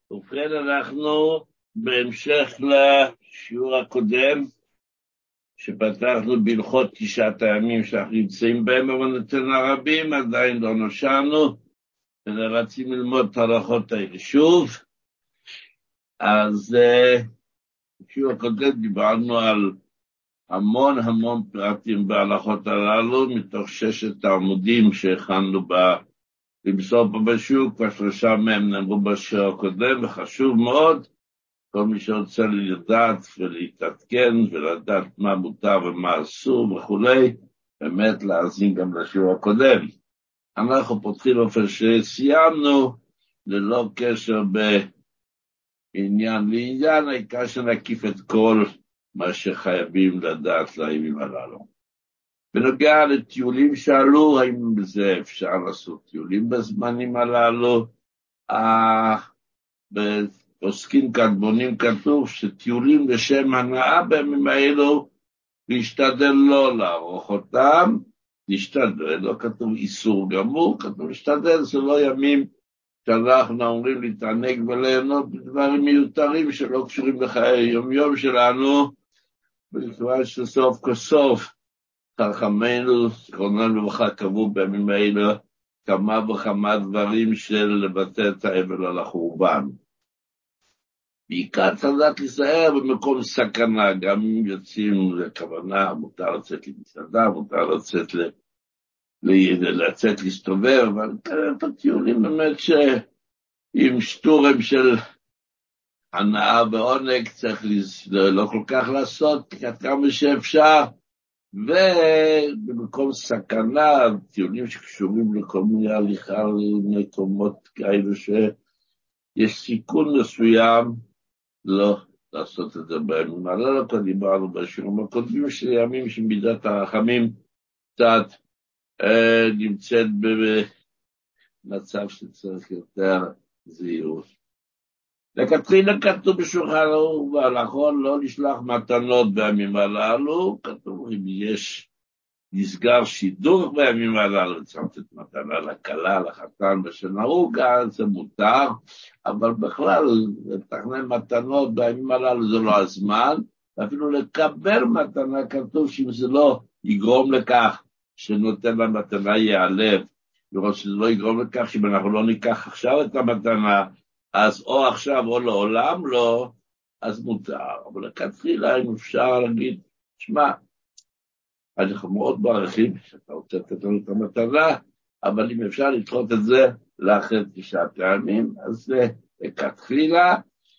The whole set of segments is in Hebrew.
ובכן אנחנו בהמשך לשיעור הקודם, שפתחנו בהלכות תשעת הימים שאנחנו נמצאים בהם, אבל נתן הרבים עדיין לא נושענו, ורצים ללמוד את ההלכות האלה שוב. אז בשיעור הקודם דיברנו על המון פרטים בהלכות הללו, מתוך 6 העמודים שהכנו למסור פה בשיעור, כבר 3 מהם נאמרו בשיעור הקודם, וחשוב מאוד, כל מי שרוצה לדעת ולהתעדכן ולדעת מה מותר ומה אסור וכולי, באמת להאזין גם לשיעור הקודם. אנחנו פותחים אופן שסיימנו, ללא קשר בעניין לעניין, העיקר שנקיף את כל מה שחייבים לדעת לימים הללו. בנוגע לטיולים שעלו, האם בזה אפשר לעשות טיולים בזמנים הללו? בעוסקים קדמונים כתוב שטיולים לשם הנאה בימים האלו, להשתדל לא לערוך אותם, להשתדל, לא כתוב איסור גמור, כתוב להשתדל, זה לא ימים שאנחנו אומרים להתענג וליהנות בדברים מיותרים שלא קשורים לחיי היום שלנו, בכלל שסוף כסוף, חכמינו, זכרונם לברכה, קבעו בימים האלה כמה וכמה דברים של לבטא את האבל על החורבן. בעיקר צריך לדעת להיזהר במקום סכנה, גם אם יוצאים לכוונה, מותר לצאת למסעדה, מותר לצאת להסתובב, אבל את הטיולים באמת שעם שטורם של הנאה ועונג צריך לא כל כך לעשות, כמה שאפשר, ובמקום סכנה, טיולים שקשורים לכל מיני הליכה למקומות כאלו שיש סיכון מסוים, לא לעשות את זה בימים הללו. כבר דיברנו בשיעורים הקודמים של ימים שמידת הרחמים קצת נמצאת במצב שצריך יותר זהירות. לכתחילה כתוב בשולחן ערוך בהלכות לא לשלוח מתנות בימים הללו, כתוב אם יש נסגר שידוך בימים הללו, צריך לתת מתנה לכלה, לחתן ושנהוג, אז זה מותר, אבל בכלל לתכנן מתנות בימים הללו זה לא הזמן, ואפילו לקבל מתנה כתוב שאם זה לא יגרום לכך שנותן למתנה ייעלב, לראות שזה לא יגרום לכך שאם אנחנו לא ניקח עכשיו את המתנה, אז או עכשיו או לעולם לא, אז מותר. אבל לכתחילה אם אפשר להגיד, שמע, אנחנו מאוד מעריכים שאתה רוצה לתת לנו את המתנה, אבל אם אפשר לדחות את זה לאחרי 9 פעמים, אז זה לכתחילה.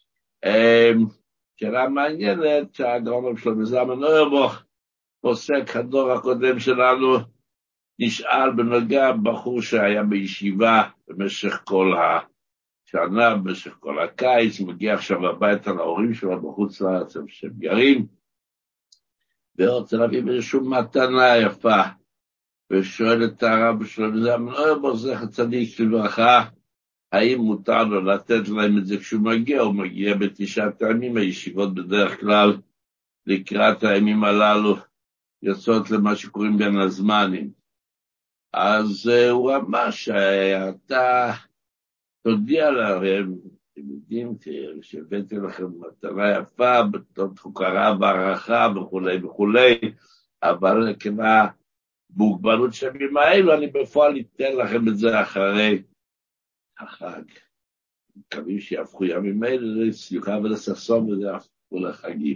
שאלה מעניינת, שהגאון שלמה זלמן אוירבך, פוסק הדור הקודם שלנו, נשאל בנוגע בחור שהיה בישיבה במשך כל השנה, במשך כל הקיץ, מגיע עכשיו הביתה להורים שלו בחוץ לארץ שהם גרים, ורוצה להביא איזושהי מתנה יפה, ושואל את הרב שלו, זלמן אוירבך זכר צדיק לברכה, האם מותר לו לתת להם את זה כשהוא מגיע, הוא מגיע ב9 הימים, הישיבות בדרך כלל לקראת הימים הללו, יוצאות למה שקוראים בין הזמנים. אז הוא אמר שאתה תודיע להם, אתם יודעים שהבאתי לכם מתנה יפה, בתות הוקרה והערכה וכולי, אבל כמה מוגבלות שמים האלו, אני בפועל אתן לכם את זה אחרי החג. מקווים שיהפכו ימים האלה לסליחה ולששון וזה יהפכו לחגים.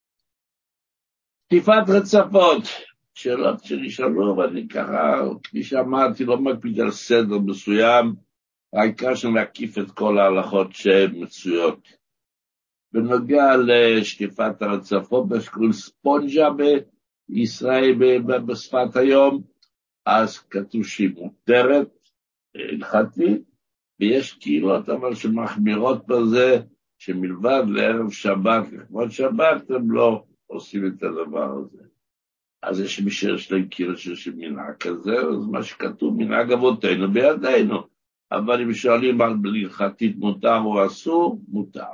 תקיפת רצפות, שאלות שנשאלו, ואני ככה, כפי שאמרתי, לא מקפיד על סדר מסוים, העיקר שנקיף את כל ההלכות שהן מצויות. בנוגע לשטיפת הרצפות, בשקול ספונג'ה בישראל בשפת היום, אז כתוב שהיא מותרת, הלכתית, ויש קהילות אבל שמחמירות בזה, שמלבד לערב שבת, לכבוד שבת, הם לא עושים את הדבר הזה. אז יש מי שיש להם קהילות שיש מנהג כזה, אז מה שכתוב מנהג אבותינו בידינו. אבל אם שואלים על הלכתית מותר או אסור, מותר.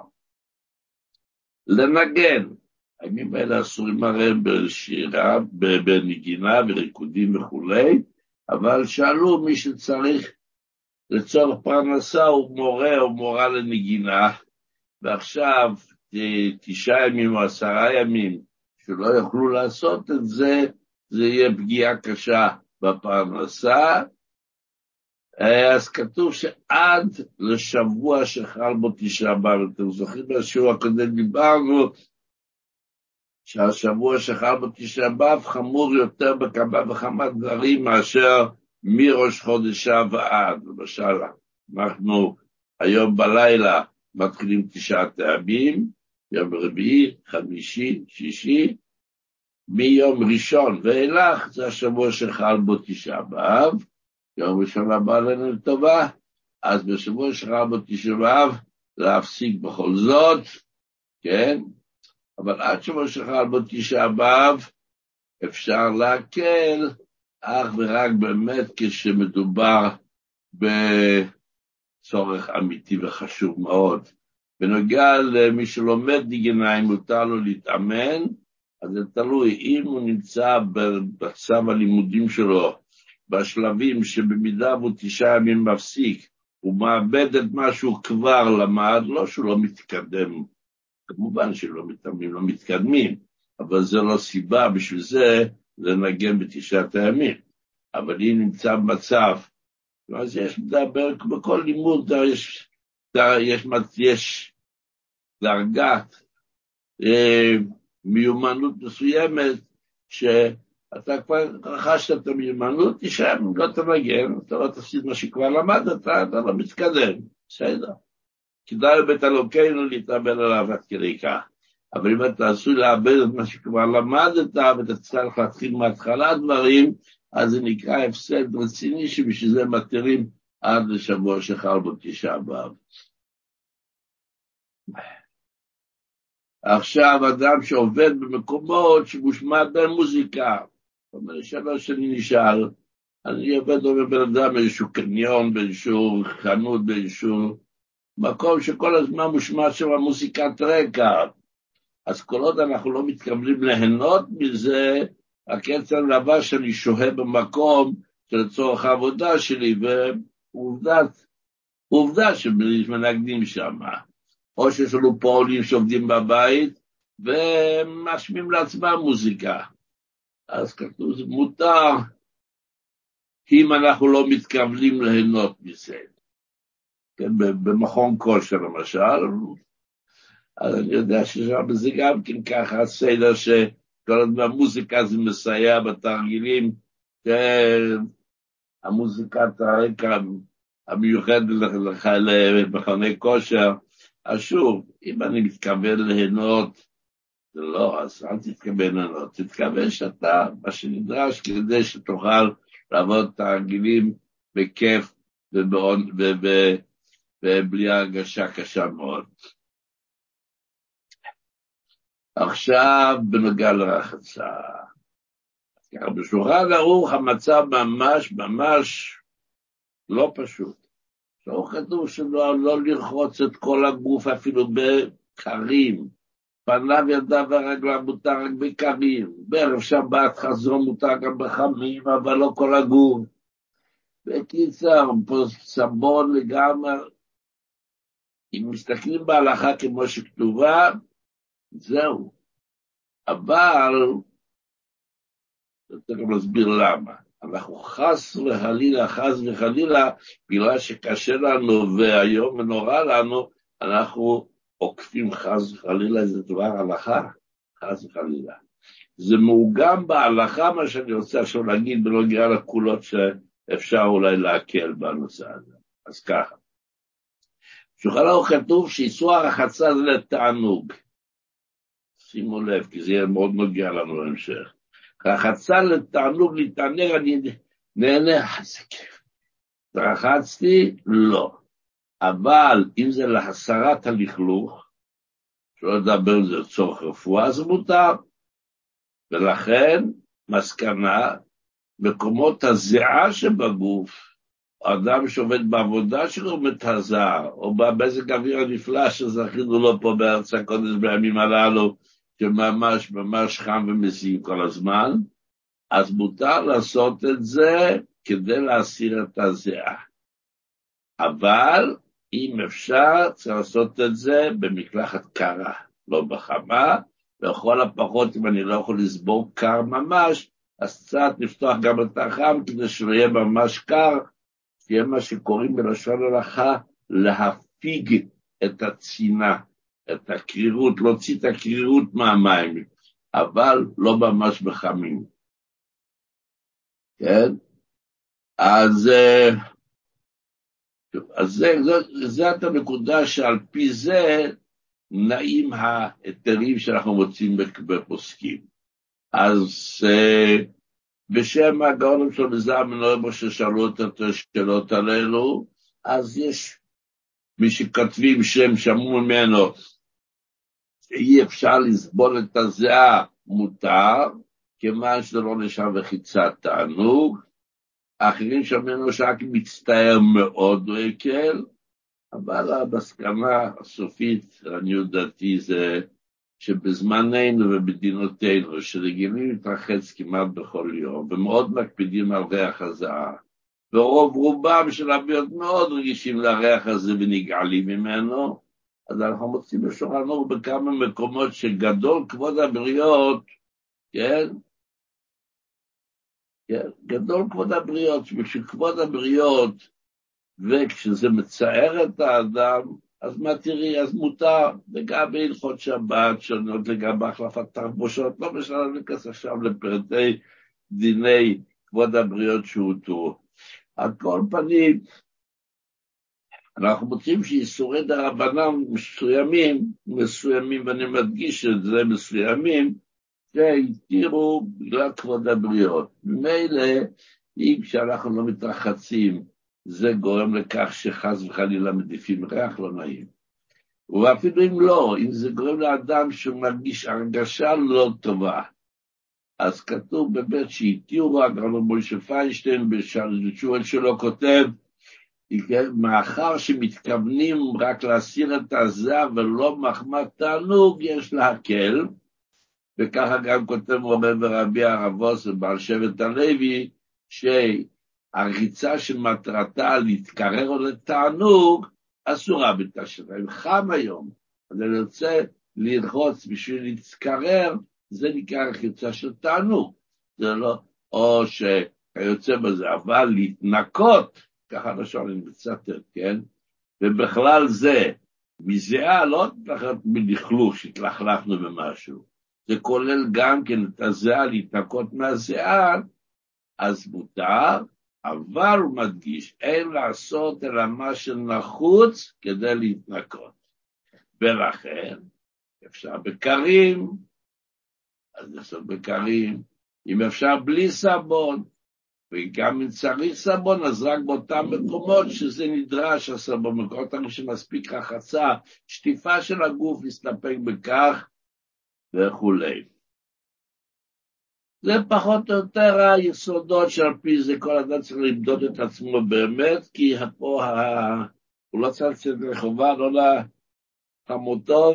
לנגן, הימים האלה אסורים הרי בשירה, בנגינה, בריקודים וכולי, אבל שאלו מי שצריך לצורך פרנסה הוא מורה או מורה לנגינה, ועכשיו 9 ימים או 10 ימים שלא יוכלו לעשות את זה, זה יהיה פגיעה קשה בפרנסה. אז כתוב שעד לשבוע שחל בו תשעה באב, אתם זוכרים בשיעור הקודם דיברנו, שהשבוע שחל בו תשעה באב חמור יותר בכמה וכמה דברים מאשר מראש חודש אב ועד. למשל, אנחנו היום בלילה מתחילים 9 ימים, יום רביעי, חמישי, שישי, מיום ראשון ואילך זה השבוע שחל בו תשעה באב, יום ראשון הבא לנו לטובה, אז בשבוע שחל בו תשעה באב להפסיק בכל זאת, כן? אבל עד שבוע שחל בו תשעה באב אפשר להקל אך ורק באמת כשמדובר בצורך אמיתי וחשוב מאוד. בנוגע למי שלומד ניגנה, אם מותר לו להתאמן, אז זה תלוי, אם הוא נמצא בצו הלימודים שלו, בשלבים שבמידה הוא 9 ימים מפסיק, הוא מאבד את מה שהוא כבר למד, לא שהוא לא מתקדם, כמובן שלא מתאמנים, לא מתקדמים, אבל זה לא סיבה בשביל זה לנגן ב9 ימים. אבל אם נמצא במצב, אז יש מדבר, בכל לימוד יש דרגת מיומנות מסוימת, שאתה כבר רכשת את המיומנות, תשאר, לא תנגן, אתה לא תפסיד מה שכבר למדת, אתה לא מתקדם, בסדר. כדאי לבית אלוקינו להתאבל עליו עד כדי כך. אבל אם אתה עשוי לאבד את מה שכבר למדת, ואתה צריך להתחיל מההתחלה דברים, אז זה נקרא הפסד רציני, שבשביל זה מתירים עד לשבוע שחל בו תשעה באב. עכשיו אדם שעובד במקומות שמושמע במוזיקה, זאת אומרת, 3 שנים נשאל, אני עובד בבן אדם באיזשהו קניון, באיזשהו חנות, באיזשהו מקום שכל הזמן מושמע שם מוזיקת רקע, אז כל עוד אנחנו לא מתכוונים ליהנות מזה, הקצר לבא שאני שוהה במקום שלצורך העבודה שלי, ועובדה שמנגנים שם, או שיש לנו פועלים שעובדים בבית, ומשמיעים לעצמם מוזיקה. אז כתוב, זה מותר, אם אנחנו לא מתכוונים ליהנות מזה. כן, במכון כושר למשל, אז אני יודע ששם זה גם כן ככה הסדר שכל הזמן המוזיקה זה מסייע בתרגילים, המוזיקת הרקע המיוחד למכוני כושר. אז שוב, אם אני מתכוון ליהנות, זה לא, אז אל תתכוון ליהנות, תתכוון שאתה, מה שנדרש כדי שתוכל לעבוד תרגילים בכיף ובלי הרגשה קשה מאוד. עכשיו בנוגע לרחצה, בשולחן ערוך המצב ממש לא פשוט. לא כתוב שלא לרחוץ את כל הגוף אפילו בקרים, פניו ידיו ורגליו מותר רק בקרים, בערב שבת חזור מותר גם בחמים, אבל לא כל הגוף. בקיצר, פה סבון לגמרי, אם מסתכלים בהלכה כמו שכתובה, זהו. אבל, אני צריך להסביר למה. אנחנו חס וחלילה, בגלל שקשה לנו והיום נורא לנו, אנחנו עוקפים חס וחלילה, זה דבר הלכה, חס וחלילה. זה מעוגן בהלכה, מה שאני רוצה עכשיו להגיד, בנוגע לקולות שאפשר אולי להקל בנושא הזה. אז ככה. בשולחן ערוך כתוב שאיסור הרחצה זה לתענוג. שימו לב, כי זה יהיה מאוד נוגע לנו להמשך. רחצה לתענוג, להתענג, אני נהנה, זה כיף. רחצתי? לא. אבל אם זה להסרת הלכלוך, שלא לדבר על זה צורך רפואה, זה מותר. ולכן, מסקנה, מקומות הזיעה שבגוף, האדם שעובד בעבודה שלו מתזע, או במזג האוויר הנפלא שזכינו לו פה בארץ הקודש בימים הללו, שממש חם ומזיע כל הזמן, אז מותר לעשות את זה כדי להסיר את הזיעה. אבל אם אפשר, צריך לעשות את זה במקלחת קרה, לא בחמה, לכל הפחות אם אני לא יכול לסבור קר ממש, אז קצת לפתוח גם את החם, כדי שלא יהיה ממש קר, שיהיה מה שקוראים בלשון הלכה, להפיג את הצינה, את הקרירות, להוציא את הקרירות מהמים, אבל לא ממש בחמים. כן? אז זה את הנקודה שעל פי זה נעים ההיתרים שאנחנו מוצאים בפוסקים. אז בשם הגאונים של מזר מנוימו ששאלו את השאלות עלינו, אז יש מי שכתבים שם שמעו ממנו, שאי אפשר לסבול את הזיעה מותר, כיוון שזה לא נשאר וחיצת תענוג, האחרים שמענו שרק מצטער מאוד לא יקל, אבל המסקנה הסופית, לעניות דעתי, זה שבזמננו ובמדינותינו, שרגילים להתרחץ כמעט בכל יום, ומאוד מקפידים על ריח הזיעה, ורוב רובם של הבריות מאוד רגישים לריח הזה ונגעלים ממנו, אז אנחנו מוצאים בשולחן ערוך בכמה מקומות שגדול כבוד הבריות, כן? כן? גדול כבוד הבריות, שכבוד הבריות, וכשזה מצער את האדם, אז מה תראי, אז מותר, וגם בהלכות שבת שונות, לגבי החלפת תחבושות, לא משנה נכנס עכשיו לפרטי דיני כבוד הבריות שהותרו. על כל פנים, אנחנו מוצאים שאיסורי דרבנן מסוימים, ואני מדגיש את זה, מסוימים, שהתירו בגלל כבוד הבריות. ממילא, אם כשאנחנו לא מתרחצים, זה גורם לכך שחס וחלילה מדיפים ריח לא נעים. ואפילו אם לא, אם זה גורם לאדם שמרגיש הרגשה לא טובה, אז כתוב באמת שהתירו הגאון משה פיינשטיין בשואל שלו כותב, מאחר שמתכוונים רק להסיר את הזיעה ולא מחמת תענוג, יש להקל, וככה גם כותב מורה ורבי הרבוס ובעל שבט הלוי, שהריצה שמטרתה להתקרר או לתענוג, אסורה בתשרי. חם היום, אז אני רוצה לרחוץ בשביל להתקרר, זה נקרא רחיצה של תענוג. זה לא, או שיוצא בזה, אבל להתנקות, ככה לשון מצטט, כן? ובכלל זה, מזיעה לא מלכלוך שהתלכלכנו במשהו, זה כולל גם כן את הזיעה, להתנקות מהזיעה, אז מותר, אבל הוא מדגיש, אין לעשות אלא מה שנחוץ כדי להתנקות. ולכן, אפשר בקרים, אז לעשות בקרים, אם אפשר בלי סבון, וגם אם צריך סבון, אז רק באותם מקומות שזה נדרש, הסבון, במקומות שמספיק רחצה, שטיפה של הגוף, להסתפק בכך, וכולי. זה פחות או יותר היסודות שעל פי זה כל אדם צריך למדוד את עצמו באמת, כי פה הוא לא צריך לצאת לחובה, לא לחמותו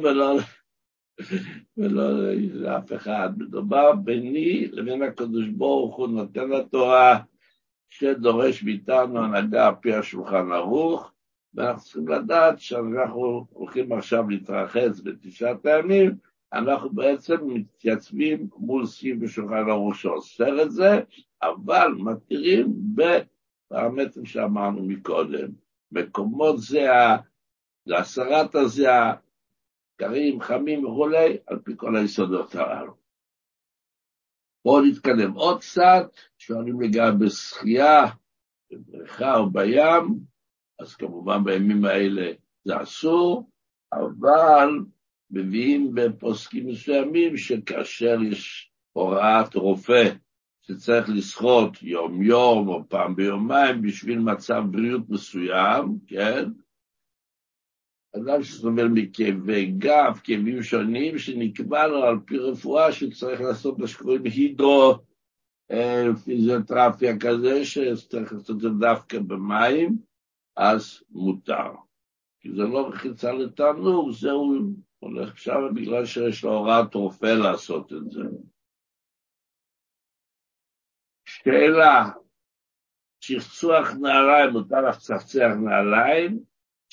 ולא לאף אחד. מדובר ביני לבין הקדוש ברוך הוא נותן לתורה שדורש מאיתנו הנהגה על פי השולחן ערוך, ואנחנו צריכים לדעת שאנחנו הולכים עכשיו להתרחץ בתשעת הימים, אנחנו בעצם מתייצבים מול סביב בשולחן ערוך שאוסר את זה, אבל מתירים בפרמטרים שאמרנו מקודם. מקומות זיעה, להסרת הזיעה, קרים, חמים וכולי, על פי כל היסודות הללו. בואו נתקדם עוד קצת, שואלים לגבי בשחייה, בבריכה או בים, אז כמובן בימים האלה זה אסור, אבל מביאים בפוסקים מסוימים שכאשר יש הוראת רופא שצריך לשחות יום יום או פעם ביומיים בשביל מצב בריאות מסוים, כן? אדם שסובל מכאבי גב, כאבים שונים, שנקבע לו על פי רפואה שצריך לעשות מה שקוראים פיזיותרפיה כזה, שצריך לעשות את זה דווקא במים, אז מותר. כי זה לא רחיצה לתענוג, זהו הולך שם בגלל שיש לו הוראת רופא לעשות את זה. שאלה, צחצוח נעליים, מותר לך צחצח נעליים?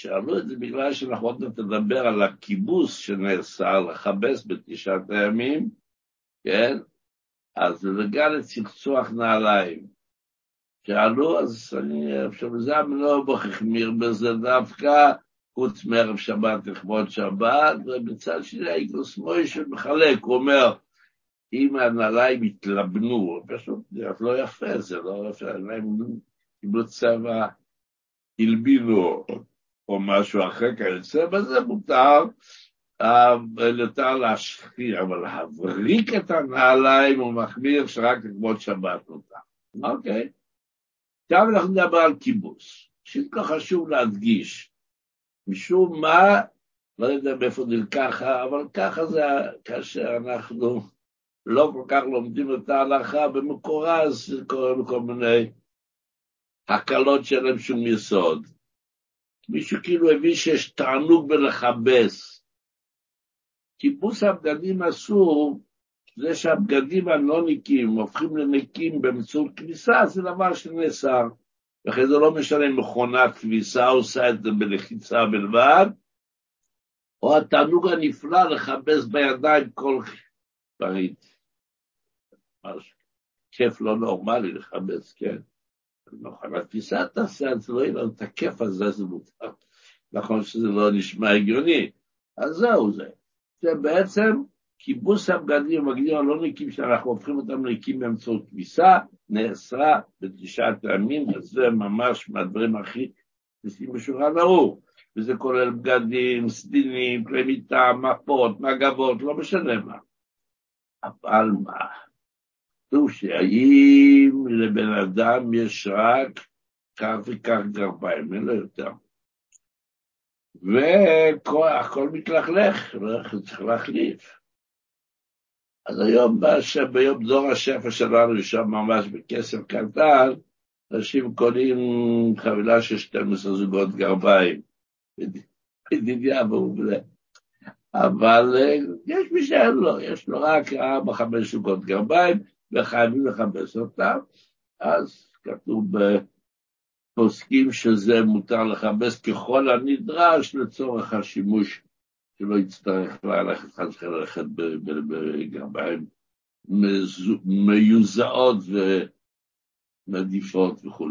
שאלו את זה בגלל שאנחנו עוד נדבר על הכיבוס שנעשה לחבס בתשעת הימים, כן? אז זה נגע לצחצוח נעליים. שאלו, אז אני חושב, זה המנוע החמיר בזה דווקא, חוץ מערב שבת לכבוד שבת, ובצד שני האיגוס מוישה מחלק, הוא אומר, אם הנעליים התלבנו, פשוט זה לא יפה, זה לא יפה, הם קיבלו צבע, הלבינו או משהו אחר כזה, בזה מותר, יותר להשחיר, אבל להבריק את הנעליים הוא מחמיר שרק לכבוד שבת מותר. אוקיי. עכשיו אנחנו נדבר על כיבוס. שכל חשוב להדגיש, משום מה, לא יודע מאיפה נלקח, אבל ככה זה כאשר אנחנו לא כל כך לומדים את ההלכה, במקורה אז קוראים כל מיני הקלות שלהם שום יסוד. מישהו כאילו הביא שיש תענוג בלחבס. כיבוס הבגדים אסור, זה שהבגדים הלא נקיים הופכים לנקיים באמצעות כביסה, זה דבר שנאסר. וכן זה לא משנה מכונת כביסה, עושה את זה בלחיצה בלבד, או התענוג הנפלא לחבס בידיים כל פריט. ממש כיף לא נורמלי לחבס, כן? מכונת כביסה תעשה, אז לא יהיה לנו את הכיף הזה, זה מותר. נכון שזה לא נשמע הגיוני. אז זהו זה. זה בעצם כיבוס הבגדים, הבגדים הלא נקיים שאנחנו הופכים אותם נקיים באמצעות כביסה, נאסרה בתשעת הימים, וזה ממש מהדברים הכי נשים בשולחן ערוך. וזה כולל בגדים, סדינים, כלי מיטה, מפות, מגבות, לא משנה מה. אבל מה? כתוב שהאם לבן אדם יש רק כך וכך גרביים, אין לו יותר. והכל מתלכלך, צריך להחליף. אז היום, ביום דור השפע שלנו, שם ממש בכסף קטן, אנשים קונים חבילה של 12 זוגות גרביים. בדידיה ובלה. אבל יש מי שאין לו, יש לו רק 4-5 זוגות גרביים, וחייבים לחבס אותם, אז כתוב בפוסקים שזה מותר לחבס ככל הנדרש לצורך השימוש, שלא יצטרך ללכת בגרביים מיוזעות ומדיפות וכו'.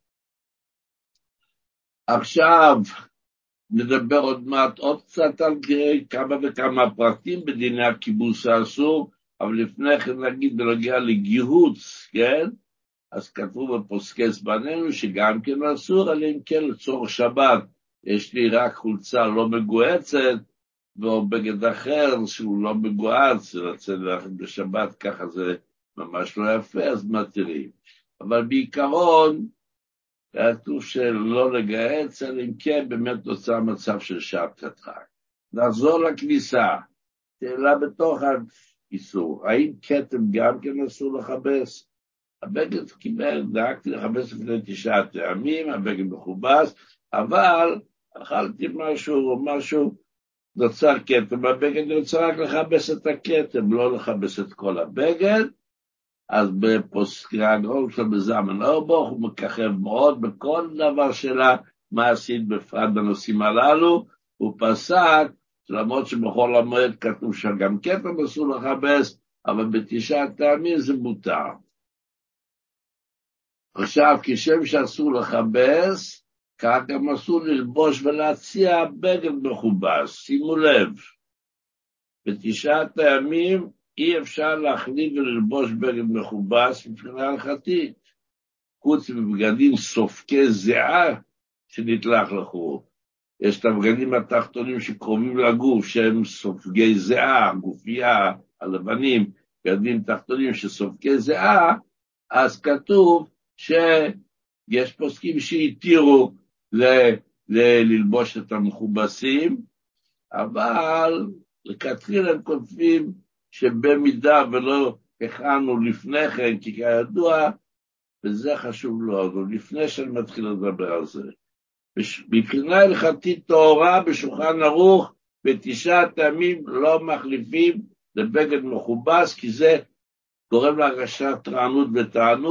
עכשיו נדבר עוד מעט עוד קצת על כמה וכמה פרטים בדיני הכיבוס האסור, אבל לפני כן נגיד בנוגע לגיהוץ, כן? אז כתבו בפוסקי זמננו שגם כן אסור, אלא אם כן לצורך שבת, יש לי רק חולצה לא מגועצת, או בגד אחר שהוא לא מגועץ, לצאת ללכת בשבת, ככה זה ממש לא יפה, אז מתירים. אבל בעיקרון, כתוב שלא לגעץ, אלא אם כן באמת נוצר מצב של שעת הדחק. נחזור לכניסה, שאלה בתוך האיסור, האם כתם גם כן אסור לחבס? הבגד קיבל, דאגתי לחבס לפני 9 ימים, הבגד מכובס, אבל אכלתי משהו, נוצר כתם, הבגד נוצר רק לחבס את הכתם, לא לחבס את כל הבגד, אז בפוסקי הגאון שלו בזמן אורבוך, הוא מככב מאוד בכל דבר שלה, מה עשית בפרט בנושאים הללו, הוא פסק, למרות שבכל המועד כתוב שגם כתם אסור לחבס, אבל בתשעת הימים זה מותר. עכשיו, כשם שאסור לחבס, כך גם אסור ללבוש ולהציע בגד מכובס, שימו לב. בתשעת הימים אי אפשר להחליף וללבוש בגד מכובס מבחינה הלכתית, חוץ מבגדים סופקי זיעה שנתלך לחור. יש את הבגדים התחתונים שקרובים לגוף, שהם סופגי זיעה, גופייה, הלבנים, בגדים תחתונים שסופקי זיעה, אז כתוב שיש פוסקים שהתירו ללבוש את המכובסים, אבל לכתחילה הם כותבים שבמידה ולא הכנו לפני כן, כי כידוע, וזה חשוב לו, אבל לפני שאני מתחיל לדבר על זה, מבחינה הלכתית טהורה בשולחן ערוך, בתשעת הימים לא מחליפים לבגד מכובס, כי זה גורם להרגשת רענות ותענוג,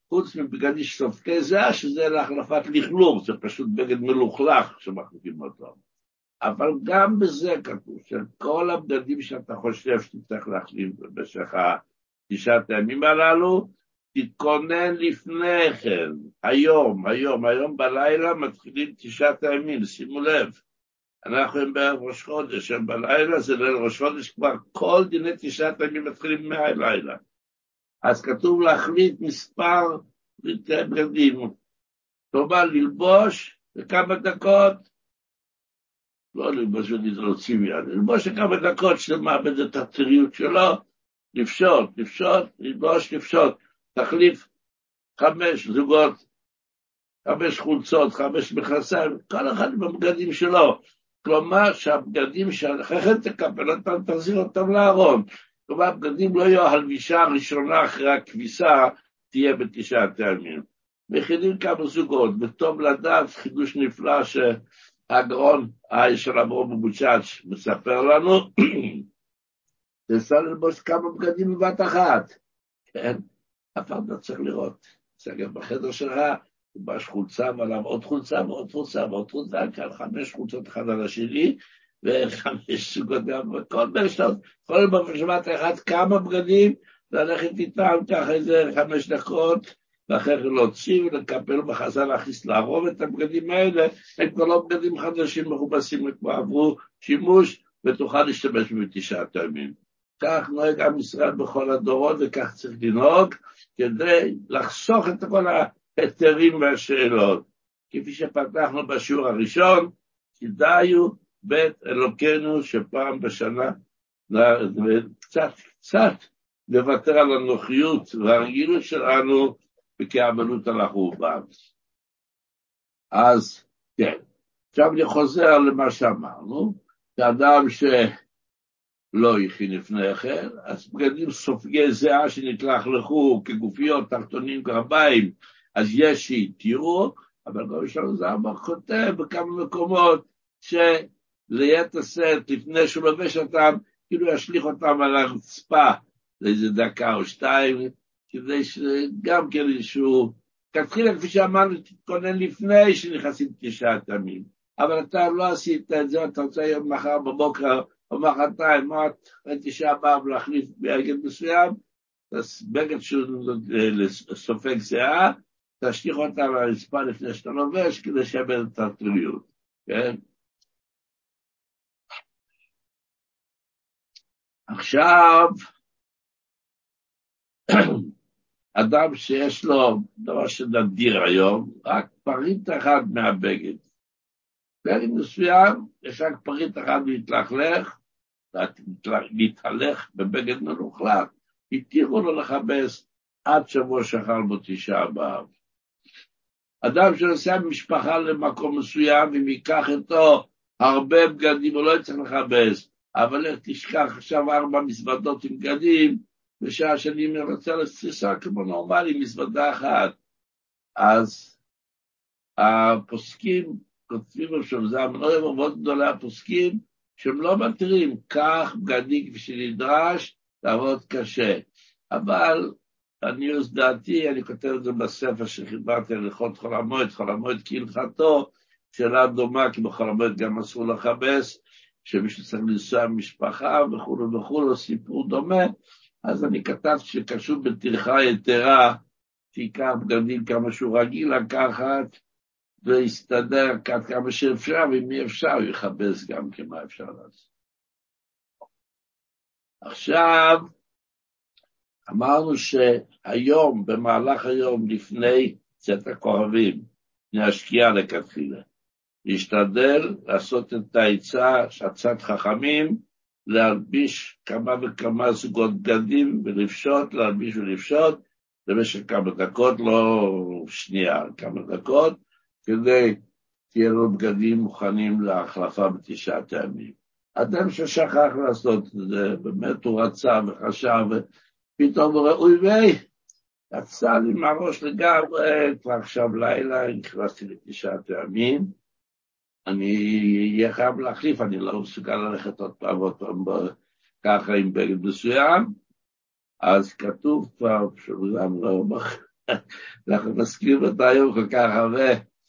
חוץ מבגדים סופקי זהה, שזה להחלפת לכלוך, זה פשוט בגד מלוכלך שמחליפים אותו. אבל גם בזה כתוב, שכל הבגדים שאתה חושב שתצטרך להחליף במשך 9 הימים הללו, תתכונן לפני כן, היום בלילה מתחילים 9 הימים, שימו לב. אנחנו הם בערב ראש חודש, הם בלילה, זה ליל ראש חודש, כבר כל דיני 9 הימים מתחילים מהלילה. אז כתוב להחליט מספר בגדים, טובה ללבוש לכמה דקות, לא ללבוש ולהוציא מיד, ללבוש לכמה דקות שמאבד את הטריות שלו, לפשוט, ללבוש, לפשוט, תחליף 5 זוגות, 5 חולצות, 5 מכנסיים, כל אחד בבגדים שלו. כלומר שהבגדים שאחרי כן תקבל אותם, תחזיר אותם לארון. כלומר, הבגדים לא יהיו הלבישה הראשונה אחרי הכביסה, תהיה ב9 הימים. מכינים כמה זוגות, וטוב לדעת, חידוש נפלא שהגאון של אברהם מבוצ'אץ' מספר לנו, תנסה ללבוש כמה בגדים בבת אחת. כן? אף אחד לא צריך לראות. סגר בחדר שלך, תלבש חולצה ועליו עוד חולצה ועוד חולצה ועוד חולצה, כאן 5 חולצות אחד על השני, ו5 סוגות גם, וכל בין שעות, כל בשבת אחד כמה בגדים, ללכת איתם ככה איזה 5 דקות, ואחרי כן להוציא ולקפל בחזרה להכניס לערוב את הבגדים האלה, הם כבר לא בגדים חדשים מכובסים, כבר עברו שימוש, ותוכל להשתמש ב9 הימים. כך נוהג עם ישראל בכל הדורות, וכך צריך לנהוג, כדי לחסוך את כל ההיתרים והשאלות. כפי שפתחנו בשיעור הראשון, כדאיו בית אלוקינו שפעם בשנה, קצת לוותר על הנוחיות והרגילות שלנו, וכעבלות על החורבן. אז כן, עכשיו אני חוזר למה שאמרנו, שאדם שלא הכין לפני כן, אז בגדים סופגי זהה שנתלכלכו כגופיות, תחתונים, גרביים, אז יש שהתירו, אבל גם יש לנו זהבה כותב בכמה מקומות שליתר שאת לפני שהוא לובש אותם, כאילו ישליך אותם על הרצפה לאיזה דקה או 2, כדי שגם כן איזשהו, תתחיל כפי שאמרנו, תתכונן לפני שנכנסים 9 הימים, אבל אתה לא עשית את זה, אתה רוצה היום מחר בבוקר, או מחרתיים, מה תשעה באב להחליף בגד מסוים, בגד שהוא סופג זהה, תשליך אותה על הרצפה לפני שאתה לובש, כדי שיאבד את הטריות, כן? עכשיו, אדם שיש לו דבר שנדיר היום, רק פריט אחד מהבגד. בגד מסוים, יש רק פריט אחד להתהלך בבגד מלוכלך, התירו לו לכבס עד שבוע שחל בו 9 באב. אדם שנוסע במשפחה למקום מסוים, אם ייקח איתו הרבה בגדים, הוא לא יצטרך לכבס, אבל תשכח עכשיו 4 מזוודות עם בגדים, בשעה שאני רוצה לסע כמו נורמלי, מזוודה אחת. אז הפוסקים כותבים עכשיו, זה המנועים מאוד גדולה הפוסקים, שהם לא מתירים, כך בגדים כפי שנדרש, לעבוד קשה. אבל אני דעתי, אני כותב את זה בספר שחיברתי על הלכות חול המועד כהלכתו, שאלה דומה, כי בחול המועד גם אסור לכבס, שמישהו צריך לנסוע משפחה וכו', סיפור דומה, אז אני כתבתי שקשור בטרחה יתרה, שיקח בגדים כמה שהוא רגיל לקחת, ויסתדר כמה שאפשר, ואם אי אפשר, הוא יכבס גם כמה אפשר לעשות. עכשיו, אמרנו שהיום, במהלך היום, לפני צאת הכוכבים, להשקיע לכתחילה, להשתדל לעשות את העצה שעצת חכמים, להלביש כמה וכמה זוגות בגדים ולפשוט, להלביש ולפשוט, במשך כמה דקות, לא שנייה, כמה דקות, כדי תהיה לו בגדים מוכנים להחלפה ב9 הימים. אדם ששכח לעשות את זה, באמת הוא רצה וחשב, ופתאום הוא ראוי וי, יצא לי מהראש לגמרי, כבר עכשיו לילה, נכנסתי ל9 הימים, אני אהיה חייב להחליף, אני לא מסוגל ללכת עוד פעם ככה עם בגד מסוים, אז כתוב כבר, שגם לא אנחנו מזכירים אותה היום כל כך הרבה.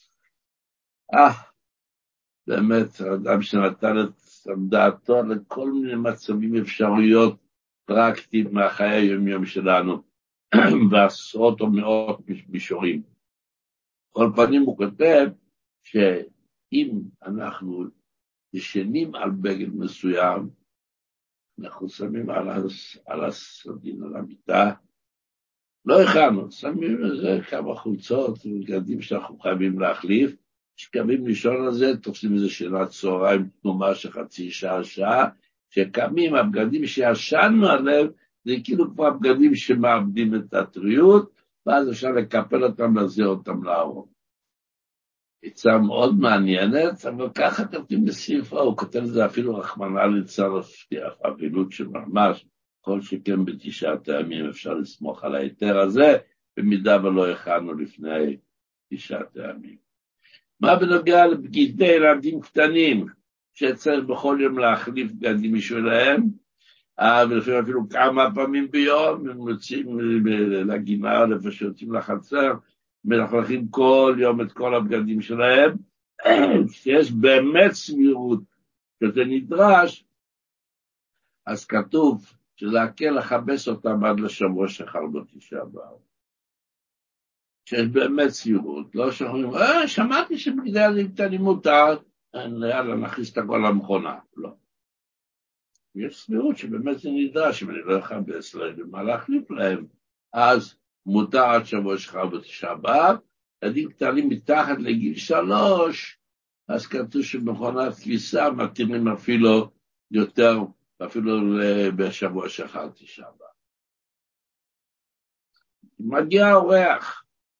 באמת, האדם שנתן את דעתו לכל מיני מצבים אפשרויות פרקטיים מהחיי היום-יום שלנו, ועשרות או מאות מישורים. כל פנים הוא כותב שאם אנחנו ישנים על בגד מסוים, אנחנו שמים על הסדין, על המיטה, לא הכנו, שמים לזה כמה חולצות ובגדים שאנחנו חייבים להחליף, שקמים לישון על זה, תופסים איזה שאלת צהריים, תנומה של חצי שעה, שקמים הבגדים שישנו עליהם, זה כאילו כבר בגדים שמאבדים את הטריות, ואז אפשר לקפל אותם, להחזיר אותם לארון. עצה מאוד מעניינת, אבל ככה כתבים בספרו, הוא כותב את זה אפילו רחמנא ליצלן, אבילות שממש, כל שכן בתשעת הימים אפשר לסמוך על היתר הזה, במידה ולא הכנו לפני תשעת הימים. מה בנוגע לבגידי ילדים קטנים, שצריך בכל יום להחליף בגדים בשבילהם, ולפעמים אפילו כמה פעמים ביום, הם יוצאים לגינה, לפעמים שיוצאים לחצר, מלכלכים כל יום את כל הבגדים שלהם, שיש באמת סבירות שזה נדרש, אז כתוב שלהקל לחבש אותם עד לשבוע שחל בתשעה באב. שיש באמת סבירות, לא שאומרים, שמעתי שבגדי ילדים קטנים מותר, יאללה, נכניס את הכל למכונה, לא. יש סבירות שבאמת זה נדרש, אם אני לא אכבס להם, מה להחליף להם, אז מותר עד שבוע שחל בתשעה באב, ילדים קטנים מתחת לגיל 3, אז כתוב שבמכונת כביסה מתאימים אפילו יותר, אפילו בשבוע שחל תשעה באב. מגיע אורח,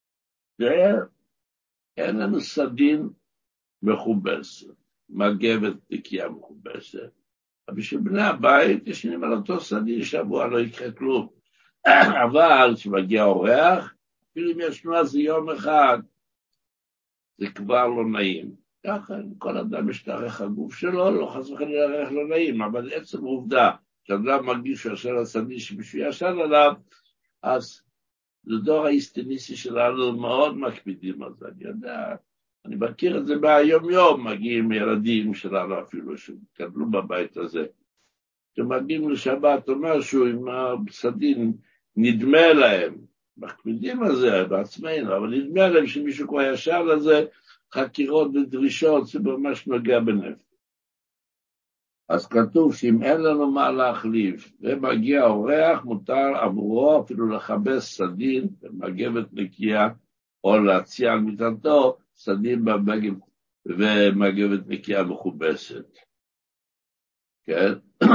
ואין לנו סדין מכובסת, מגבת נקייה מכובסת, אבל בשביל בני הבית ישנים על אותו סדין, שבוע לא יקרה כלום. אבל כשמגיע אורח, אפילו אם ישנו אז יום אחד, זה כבר לא נעים. ככה, כל אדם משתרך הגוף שלו, לא חס וחלילה ערך לא נעים, אבל עצם עובדה, שאדם מרגיש שהוא ישן על סדין שבשביל ישן עליו, אז לדור האיסטניסי שלנו מאוד מקפידים על זה, אני יודע, אני מכיר את זה ביום יום, מגיעים ילדים שלנו אפילו שגדלו בבית הזה, שמגיעים לשבת או משהו עם הסדין, נדמה להם, מקפידים על זה בעצמנו, אבל נדמה להם שמישהו כבר ישר לזה, חקירות ודרישות, זה ממש נוגע בנפש. אז כתוב שאם אין לנו מה להחליף, ומגיע אורח, מותר עבורו אפילו לחבש סדין, ומגבת נקייה, או להציע על מיטתו, סדין בבגד, ומגבת נקייה מכובסת. כן?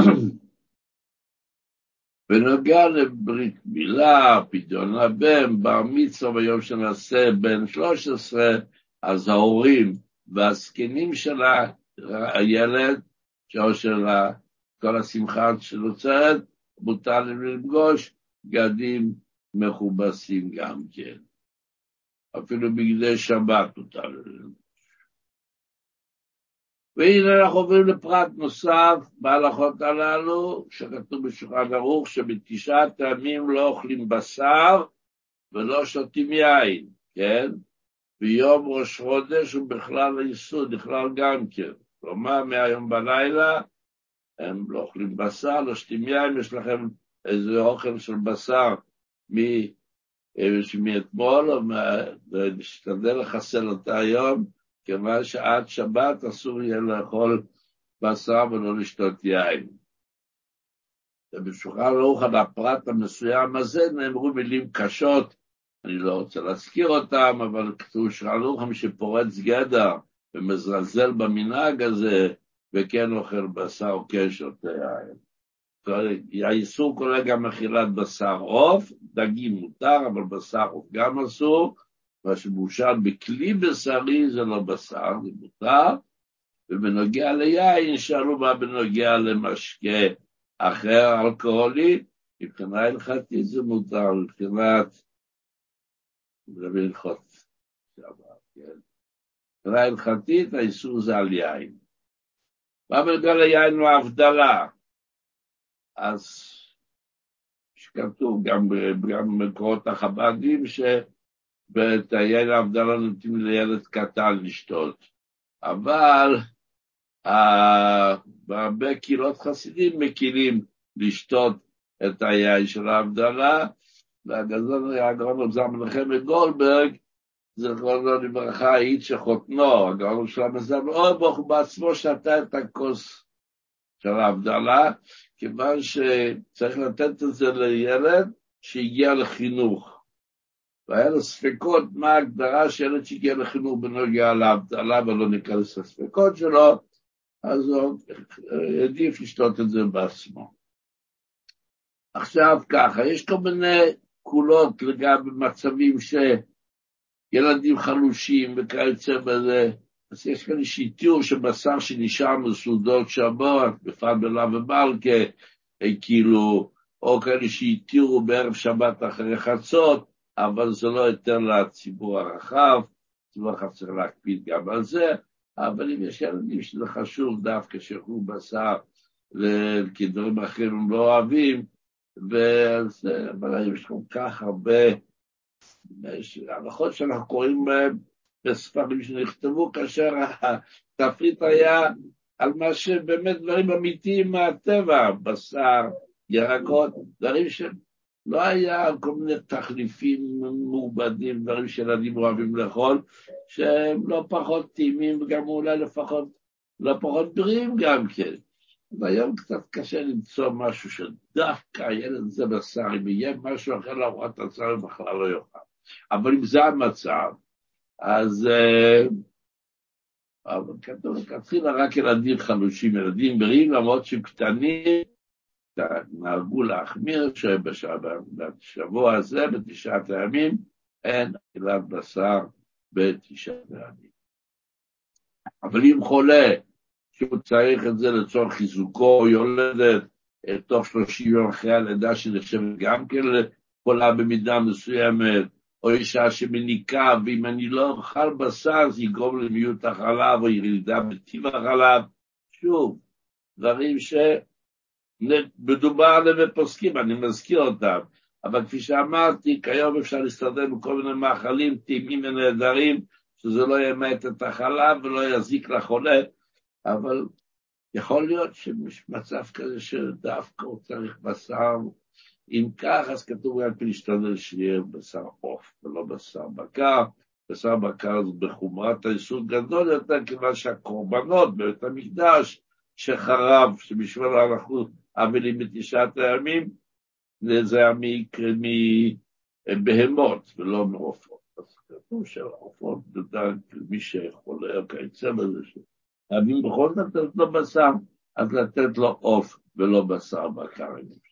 ונוגע לברית מילה, פדיון הבן, בר מצווה ביום שנעשה בן 13, אז ההורים והזקנים של הילד, שאו של כל השמחה שנוצרת, מותר להם לפגוש בגדים מכובסים גם כן. אפילו בגדי שבת מותר להם. והנה אנחנו עוברים לפרט נוסף בהלכות הללו, שכתוב בשולחן ערוך שבתשעת הימים לא אוכלים בשר ולא שותים יין, כן? ביום ראש חודש ובכלל היסוד, בכלל גם כן. כלומר, מהיום בלילה הם לא אוכלים בשר, לא שותים יין, יש לכם איזה אוכל של בשר מאתמול, או נשתדל לחסל אותה היום, כיוון שעד שבת אסור יהיה לאכול בשר ולא לשתות יין. ובשולחן ערוך על הפרט המסוים הזה נאמרו מילים קשות, אני לא רוצה להזכיר אותם, אבל כתוב בשולחן ערוך מי שפורץ גדר ומזלזל במנהג הזה, וכן אוכל בשר או כן שותה יין. האיסור כולל גם אכילת בשר עוף, דגים מותר, אבל בשר עוף גם אסור, מה שמושל בכלי בשרי זה לא בשר, זה מותר, ובנוגע ליין שאלו מה בנוגע למשקה אחר אלכוהולי, מבחינה הלכתית זה מותר, מבחינת הלכות, מבחינה הלכתית האיסור זה על יין. מה בנוגע ליין הוא ההבדלה? אז שכתוב, גם במקורות החב"דים, שאת היין ההבדלה נותנים לילד קטן לשתות. אבל בהרבה קהילות חסידים מקילים לשתות את היין של ההבדלה, והגאון רב זלמן נחמיה גולדברג, זכרונו לברכה, העיד שחותנו, הגאון שלמה זלמן אוירבך, הוא בעצמו שתה את הכוס של ההבדלה, כיוון שצריך לתת את זה לילד שהגיע לחינוך. והיה לו ספקות מה ההגדרה של ילד שהגיע לחינוך בנוגע להבדלה, ולא ניכנס לספקות שלו, אז הוא העדיף לשתות את זה בעצמו. עכשיו ככה, יש כל מיני קולות לגבי מצבים שילדים חלושים וכיוצא בזה, אז יש כאן תיאור שבשר שנשאר מסעודות שבת, בפרט בלאו ומלכה, כאילו, או כאלה שהתירו בערב שבת אחרי חצות, אבל זה לא יותר לציבור הרחב, הציבור הרחב צריך להקפיד גם על זה, אבל אם יש ילדים שזה חשוב דווקא שאוכלו בשר, כי דברים אחרים הם לא אוהבים, אבל יש כל כך הרבה הלכות שאנחנו קוראים בספרים שנכתבו, כאשר התפריט היה על מה שבאמת דברים אמיתיים מהטבע, בשר, ירקות, דברים שלא היה כל מיני תחליפים מעובדים, דברים שילדים אוהבים לאכול, שהם לא פחות טעימים וגם אולי לפחות לא פחות בריאים גם כן. והיום קצת קשה למצוא משהו שדווקא הילד זה בשר, אם יהיה משהו אחר לארוחת הצהריים בכלל לא יאכל. אבל אם זה המצב, אז כתוב כתחילה רק ילדים חלושים, ילדים בריאים, למרות שהם קטנים, נהגו להחמיר שבשבוע הזה, בתשעת הימים, אין אכילת בשר בתשעת הימים. אבל אם חולה, שהוא צריך את זה לצורך חיזוקו או יולדת, תוך 30 יום אחרי הלידה שנחשבת גם כן חולה במידה מסוימת, או אישה שמניקה, ואם אני לא אוכל בשר, זה יגרום למיעוט החלב, או ירידה בטיב החלב. שוב, דברים שמדובר עליהם ופוסקים, אני מזכיר אותם. אבל כפי שאמרתי, כיום אפשר להסתדר בכל מיני מאכלים, טעימים ונהדרים, שזה לא ימעט את החלב ולא יזיק לחולה, אבל יכול להיות שמצב כזה שדווקא הוא צריך בשר, אם כך, אז כתוב רק להשתדל שיהיה בשר עוף ולא בשר בקר. בשר בקר זה בחומרת היסוד גדול יותר, כיוון שהקורבנות בבית המקדש שחרב, שבשביל אנחנו אבלים בתשעת הימים, זה היה מבהמות ולא מעופות. אז כתוב שהעופות, מי שחולה או כיוצא בזה, אבל בכל זאת לתת לו בשר, אז לתת לו עוף ולא בשר בקר.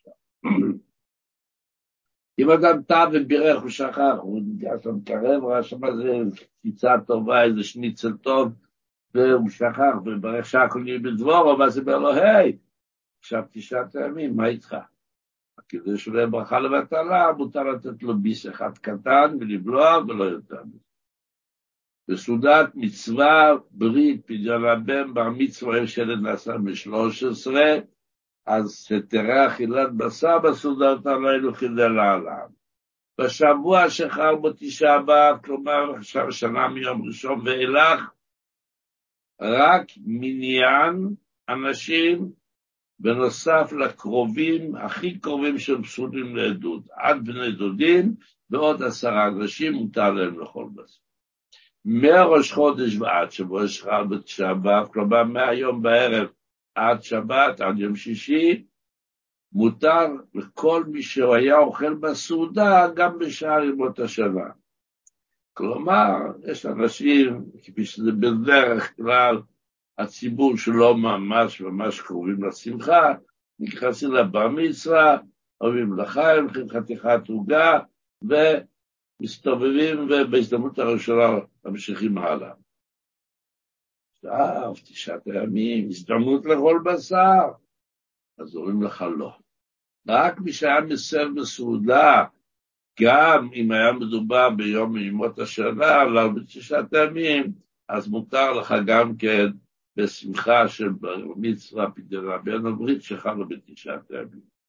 אם אדם טעה ובירך ושכח, הוא ניגש למקרב, ראה שם איזה קיצה טובה, איזה שניצל טוב, והוא שכח, וברך שהכל נהיה בדבורו, ואז הוא אומר לו, היי, עכשיו תשעת הימים, מה איתך? כדי שלא ברכה לבטלה, מותר לתת לו ביס אחד קטן, ולבלוע, ולא יותר. בסעודת מצווה, ברית, פדיון הבן, בר מצווה, שלד נעשה ב-13, אז תראה אכילת בשר בסעודת עלינו כדי לעולם. בשבוע שחל בו תשעה באב, כלומר עכשיו שנה מיום ראשון ואילך, רק מניין אנשים בנוסף לקרובים, הכי קרובים שהם פסולים לעדות, עד בני דודים ועוד 10 אנשים מותר להם לאכול בשר. מראש חודש ועד שבוע שחל בתשעה באב, כלומר מהיום בערב עד שבת, עד יום שישי, מותר לכל מי שהיה אוכל בסעודה, גם בשאר ימות השנה. כלומר, יש אנשים, כפי שזה בדרך כלל, הציבור שלא ממש קרובים לשמחה, נכנסים לבר מצווה, אוהבים לחיים, חתיכת עוגה, ומסתובבים, ובהזדמנות הראשונה ממשיכים הלאה. עכשיו, תשעת הימים, הזדמנות לאכול בשר, אז אומרים לך לא. רק מי שהיה מסר בסעודה, גם אם היה מדובר ביום מימות השנה, לא בתשעת הימים, אז מותר לך גם כן בשמחה של בר מצווה, פדיון הבן הברית, שחלו בתשעת הימים.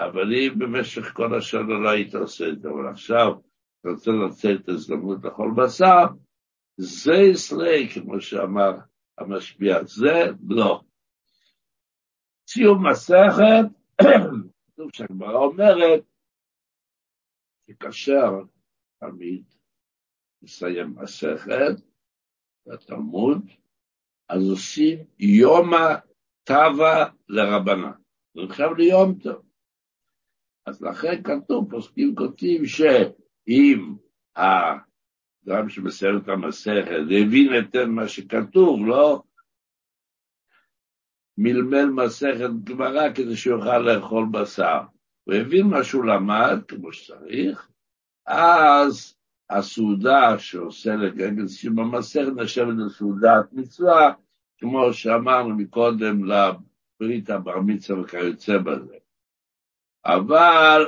אבל אם במשך כל השנה לא היית עושה את זה, אבל עכשיו אתה רוצה לצאת את הזדמנות לכל בשר, זה ישראל, כמו שאמר המשפיע, זה לא. סיום מסכת, כתוב שהגמרא אומרת, שכאשר תמיד מסיים מסכת, בתלמוד, אז עושים יומא טבא לרבנן. זה נחשב ליום טוב. אז לכן כתוב, פוסקים כותבים שאם האדם שמסיים את המסכת, הבין את מה שכתוב, לא מלמל מסכת גמרא כדי שיוכל לאכול בשר. הוא הבין מה שהוא למד, כמו שצריך, אז הסעודה שעושה לגגל סיום המסכת נחשבת לסעודת מצווה, כמו שאמרנו מקודם לברית הבר מצווה וכיוצא בזה. אבל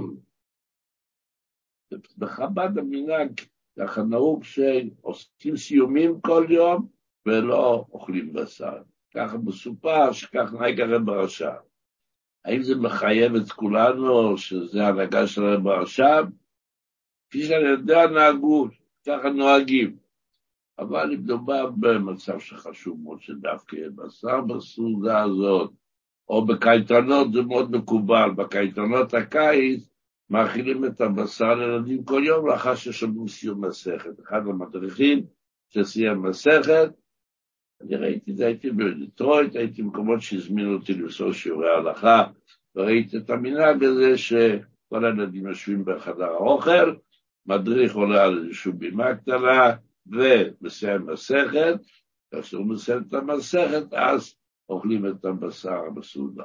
בחב"ד המנהג ככה נהוג שעושים סיומים כל יום ולא אוכלים בשר. ככה מסופר שכך נהג הרב הרש"ב. האם זה מחייב את כולנו שזה הנהגה של הרב הרש"ב? כפי שאני יודע נהגו, ככה נוהגים. אבל אם מדובר במצב שחשוב מאוד שדווקא יהיה בשר בסעודה הזאת, או בקייטנות זה מאוד מקובל, בקייטנות הקיץ מאכילים את הבשר לילדים כל יום לאחר ששומעים סיום מסכת. אחד המדריכים שסיים מסכת, אני ראיתי את זה, הייתי בדטרויט, הייתי במקומות שהזמינו אותי לעשות שיעורי הלכה, וראיתי את המנהג הזה שכל הילדים יושבים בחדר האוכל, מדריך עולה על איזושהי בימה קטנה, ומסיים מסכת, כאשר הוא מסיים את המסכת, אז אוכלים את הבשר בסעודה.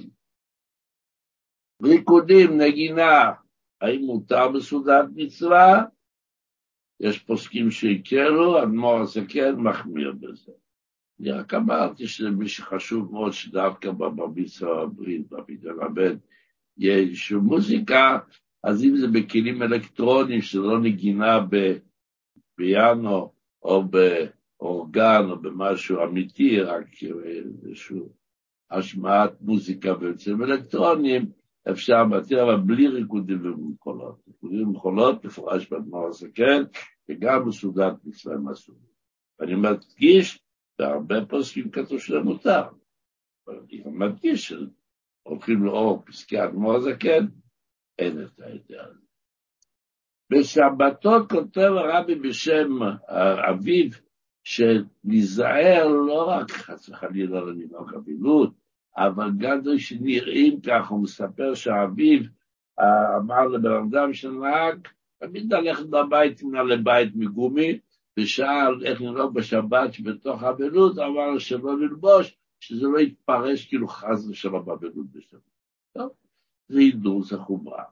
ריקודים, נגינה, האם מותר בסעודת מצווה? יש פוסקים שיקרו, אדמו"ר הזקן מחמיר בזה. אני רק אמרתי שזה מי שחשוב מאוד שדווקא בבר מצווה הברית, בבניין הבן, יהיה איזושהי מוזיקה, אז אם זה בכלים אלקטרונים, שלא נגינה בפיאנו או באורגן או במשהו אמיתי, רק איזשהו השמעת מוזיקה באמצעים אלקטרונים, אפשר להתיר, אבל בלי ריקודים ומחולות. ריקודים ומחולות מפורש באדמו"ר הזקן, וגם בסעודת מצווה מסוים. ואני מדגיש, והרבה פוסקים כתוב שזה מותר, אבל אני גם מדגיש שהולכים לאור פסקי אדמו"ר הזקן, אין את ההיתר הזה. בשבתות כותב הרבי בשם אביו, שנזהר לא רק חס וחלילה לנהוג אבילות, אבל גם זה שנראים כך, הוא מספר שאביו אמר לבן אדם שנהג, תמיד ללכת בבית לבית מגומי, ושאל איך נראה בשבת שבתוך אבילות, אמר שלא ללבוש, שזה לא יתפרש כאילו חס ושלום באבילות בשבת. טוב, זה ידעו, זה חומרה.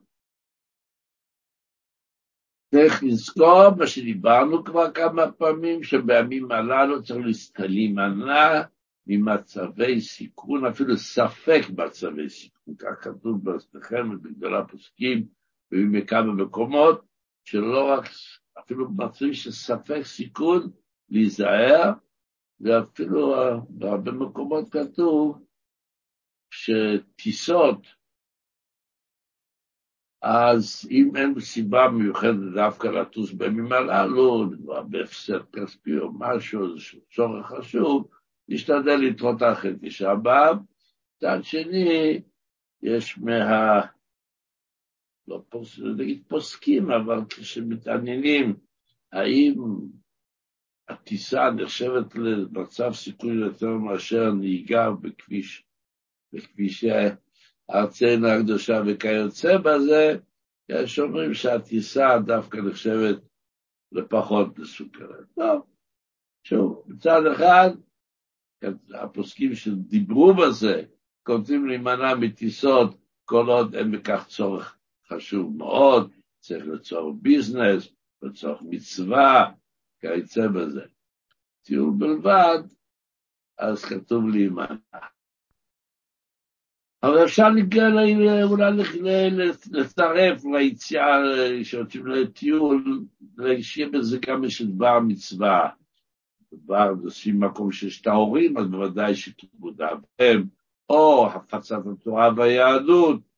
צריך לזכור מה שדיברנו כבר כמה פעמים, שבימים הללו צריך להימנע ממצבי סיכון, אפילו ספק מצבי סיכון, כך כתוב בספריכם ובגדול הפוסקים, ובכמה מקומות, שלא רק, אפילו במצבים של ספק סיכון, להיזהר, ואפילו בהרבה מקומות כתוב, שטיסות, אז אם אין סיבה מיוחדת דווקא לטוס בימים הללו, בהפסד כספי או משהו, איזשהו צורך חשוב, להשתדל לדחות אחרי תשעה באב. מצד שני, יש לא פוסקים, אבל כשמתעניינים, האם הטיסה נחשבת למצב סיכוי יותר מאשר נהיגה בכבישי ארצנו הקדושה וכיוצא בזה, יש אומרים שהטיסה דווקא נחשבת לפחות מסוכנת. טוב, שוב, מצד אחד, הפוסקים שדיברו בזה, כותבים להימנע מטיסות, כל עוד אין בכך צורך חשוב מאוד, צריך לצורך ביזנס, לצורך מצווה, כיוצא בזה. טיול בלבד, אז כתוב להימנע. אבל אפשר אולי לצרף ליציאה שיוצאים לטיול, שיהיה בזה גם יש דבר מצווה. דבר, עושים מקום שיש את ההורים, אז בוודאי שכיבוד אביהם, או הפצת התורה והיהדות,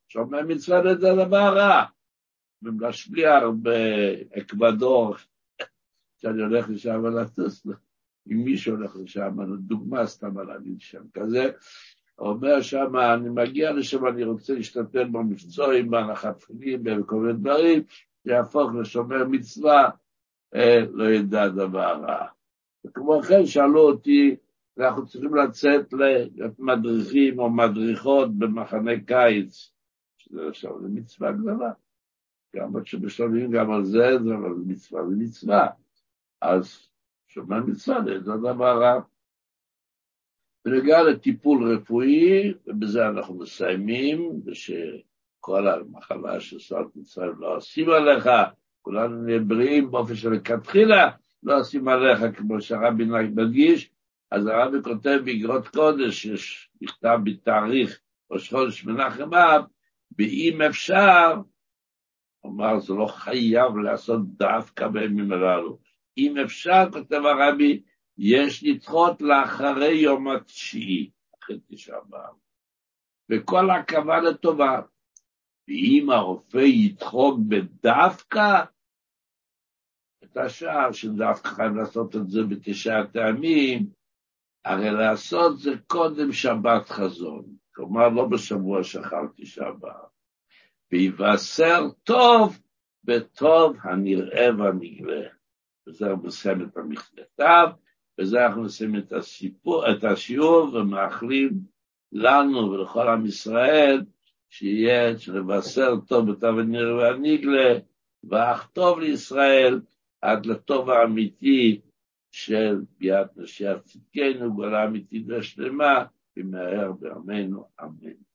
שומר מצווה זה דבר רע. ולהשפיע באקוודור, שאני הולך לשם לטוס, אם מישהו הולך לשם, דוגמה סתם על להגיד שם כזה, אומר שם, אני מגיע לשם, אני רוצה להשתתף במבצועים, בהנחת תפילין, בכל מיני דברים, שיהפוך לשומר מצווה, לא ידע דבר רע. וכמו כן שאלו אותי, אנחנו צריכים לצאת למדריכים או מדריכות במחנה קיץ, שזה עכשיו זה מצווה גדולה. גם כשמשלמים גם על זה, אבל מצווה זה מצווה. אז שומר מצווה זה דבר רע. ונגיע לטיפול רפואי, ובזה אנחנו מסיימים, ושכל המחלה ששרת מצרים לא עושים עליך, כולנו נהיה בריאים באופן שלכתחילה, לא עושים עליך כמו שהרבי מדגיש, אז הרבי כותב באגרות קודש, יש מכתב בתאריך ראש חודש מנחם אב, ואם אפשר, אומר, זה לא חייב לעשות דווקא בימים הללו. אם אפשר, כותב הרבי, יש לדחות לאחרי יום התשיעי, אחרי תשעה באב. וכל עכבה לטובה. ואם הרופא ידחוק בדווקא, את השאר שדווקא חייב לעשות את זה בתשעה טעמים, הרי לעשות זה קודם שבת חזון. כלומר, לא בשבוע שאחר תשעה באב. ויבשר טוב בטוב הנראה והנגלה. וזה אנחנו נסיים את המכתב, וזה אנחנו נסיים את השיעור, ומאחלים לנו ולכל עם ישראל, שיהיה לבשר טוב בטוב הנראה והנגלה, ואך טוב לישראל, עד לטוב האמיתי של ביאת משיח צדקנו, גאולה אמיתית ושלמה, במהרה בימינו, אמן.